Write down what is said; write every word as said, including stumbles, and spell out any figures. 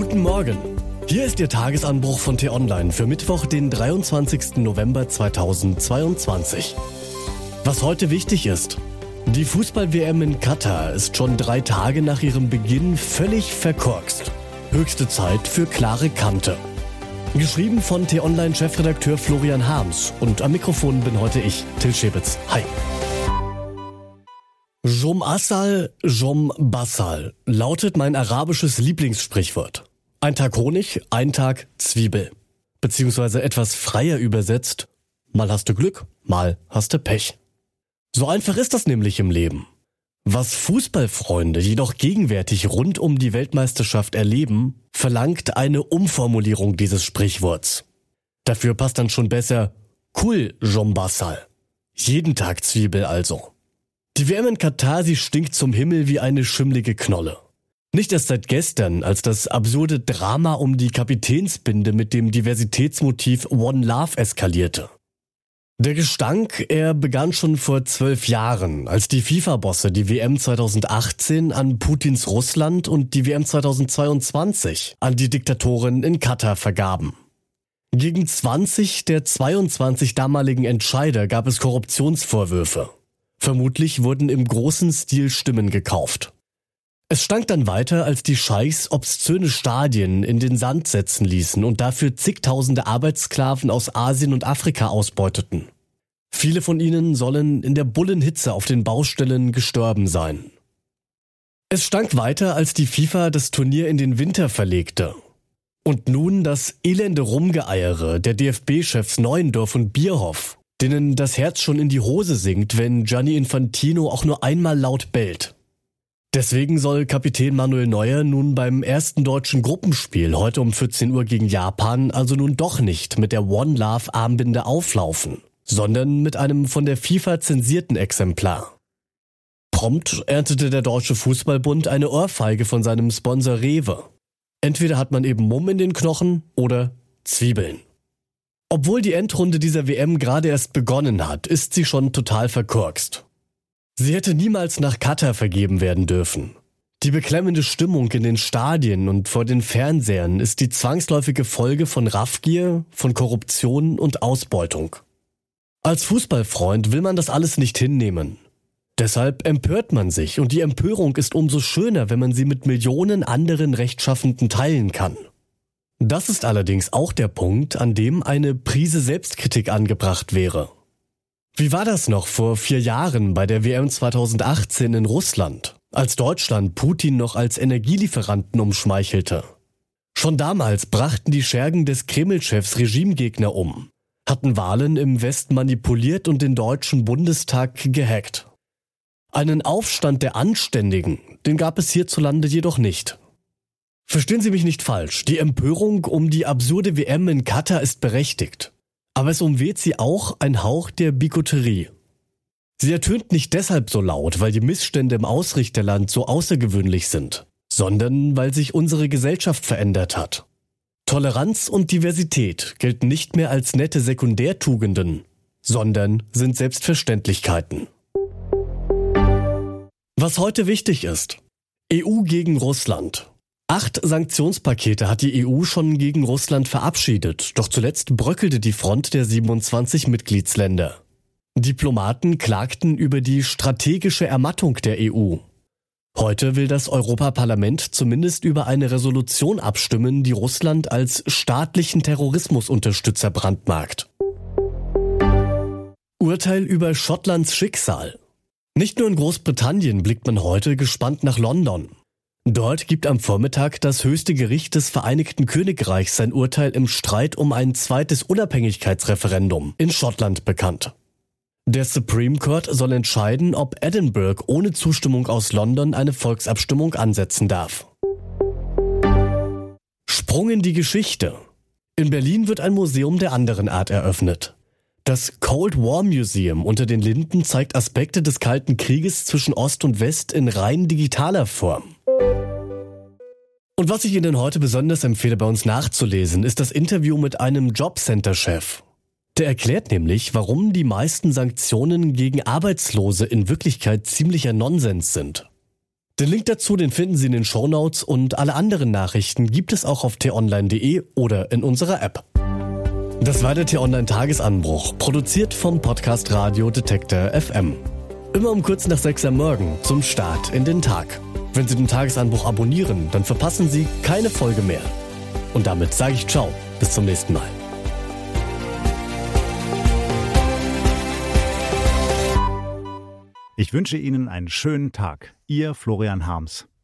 Guten Morgen. Hier ist Ihr Tagesanbruch von T-Online für Mittwoch, den dreiundzwanzigsten November zweitausendzweiundzwanzig. Was heute wichtig ist: Die Fußball-W M in Katar ist schon drei Tage nach ihrem Beginn völlig verkorkst. Höchste Zeit für klare Kante. Geschrieben von T-Online-Chefredakteur Florian Harms und am Mikrofon bin heute ich, Till Schäbitz. Hi. Jom Assal, Jom Bassal lautet mein arabisches Lieblingssprichwort. Ein Tag Honig, ein Tag Zwiebel. Beziehungsweise etwas freier übersetzt: Mal hast du Glück, mal hast du Pech. So einfach ist das nämlich im Leben. Was Fußballfreunde jedoch gegenwärtig rund um die Weltmeisterschaft erleben, verlangt eine Umformulierung dieses Sprichworts. Dafür passt dann schon besser: Kul Jom Bassal. Jeden Tag Zwiebel also. Die W M in Katar, sie stinkt zum Himmel wie eine schimmlige Knolle. Nicht erst seit gestern, als das absurde Drama um die Kapitänsbinde mit dem Diversitätsmotiv One Love eskalierte. Der Gestank, er begann schon vor zwölf Jahren, als die FIFA-Bosse die W M zweitausendachtzehn an Putins Russland und die W M zweitausendzweiundzwanzig an die Diktatorin in Katar vergaben. Gegen zwanzig der zweiundzwanzig damaligen Entscheider gab es Korruptionsvorwürfe. Vermutlich wurden im großen Stil Stimmen gekauft. Es stank dann weiter, als die Scheichs obszöne Stadien in den Sand setzen ließen und dafür zigtausende Arbeitssklaven aus Asien und Afrika ausbeuteten. Viele von ihnen sollen in der Bullenhitze auf den Baustellen gestorben sein. Es stank weiter, als die FIFA das Turnier in den Winter verlegte. Und nun das elende Rumgeeiere der D F B-Chefs Neuendorf und Bierhoff, denen das Herz schon in die Hose sinkt, wenn Gianni Infantino auch nur einmal laut bellt. Deswegen soll Kapitän Manuel Neuer nun beim ersten deutschen Gruppenspiel heute um vierzehn Uhr gegen Japan also nun doch nicht mit der One Love Armbinde auflaufen, sondern mit einem von der FIFA zensierten Exemplar. Prompt erntete der Deutsche Fußballbund eine Ohrfeige von seinem Sponsor Rewe. Entweder hat man eben Mumm in den Knochen oder Zwiebeln. Obwohl die Endrunde dieser W M gerade erst begonnen hat, ist sie schon total verkorkst. Sie hätte niemals nach Katar vergeben werden dürfen. Die beklemmende Stimmung in den Stadien und vor den Fernsehern ist die zwangsläufige Folge von Raffgier, von Korruption und Ausbeutung. Als Fußballfreund will man das alles nicht hinnehmen. Deshalb empört man sich, und die Empörung ist umso schöner, wenn man sie mit Millionen anderen Rechtschaffenden teilen kann. Das ist allerdings auch der Punkt, an dem eine Prise Selbstkritik angebracht wäre. Wie war das noch vor vier Jahren bei der W M zweitausendachtzehn in Russland, als Deutschland Putin noch als Energielieferanten umschmeichelte? Schon damals brachten die Schergen des Kreml-Chefs Regimegegner um, hatten Wahlen im Westen manipuliert und den Deutschen Bundestag gehackt. Einen Aufstand der Anständigen, den gab es hierzulande jedoch nicht. Verstehen Sie mich nicht falsch, die Empörung um die absurde W M in Katar ist berechtigt. Aber es umweht sie auch ein Hauch der Bigotterie. Sie ertönt nicht deshalb so laut, weil die Missstände im Ausrichterland so außergewöhnlich sind, sondern weil sich unsere Gesellschaft verändert hat. Toleranz und Diversität gelten nicht mehr als nette Sekundärtugenden, sondern sind Selbstverständlichkeiten. Was heute wichtig ist: E U gegen Russland. Acht Sanktionspakete hat die E U schon gegen Russland verabschiedet, doch zuletzt bröckelte die Front der siebenundzwanzig Mitgliedsländer. Diplomaten klagten über die strategische Ermattung der E U. Heute will das Europaparlament zumindest über eine Resolution abstimmen, die Russland als staatlichen Terrorismusunterstützer brandmarkt. Urteil über Schottlands Schicksal. Nicht nur in Großbritannien blickt man heute gespannt nach London. Dort gibt am Vormittag das höchste Gericht des Vereinigten Königreichs sein Urteil im Streit um ein zweites Unabhängigkeitsreferendum in Schottland bekannt. Der Supreme Court soll entscheiden, ob Edinburgh ohne Zustimmung aus London eine Volksabstimmung ansetzen darf. Sprung in die Geschichte. In Berlin wird ein Museum der anderen Art eröffnet. Das Cold War Museum unter den Linden zeigt Aspekte des Kalten Krieges zwischen Ost und West in rein digitaler Form. Und was ich Ihnen heute besonders empfehle, bei uns nachzulesen, ist das Interview mit einem Jobcenter-Chef. Der erklärt nämlich, warum die meisten Sanktionen gegen Arbeitslose in Wirklichkeit ziemlicher Nonsens sind. Den Link dazu, den finden Sie in den Shownotes und alle anderen Nachrichten gibt es auch auf t online punkt de oder in unserer App. Das war der T-Online Tagesanbruch, produziert vom Podcast Radio Detektor F M. Immer um kurz nach sechs am Morgen zum Start in den Tag. Wenn Sie den Tagesanbruch abonnieren, dann verpassen Sie keine Folge mehr. Und damit sage ich ciao, bis zum nächsten Mal. Ich wünsche Ihnen einen schönen Tag. Ihr Florian Harms.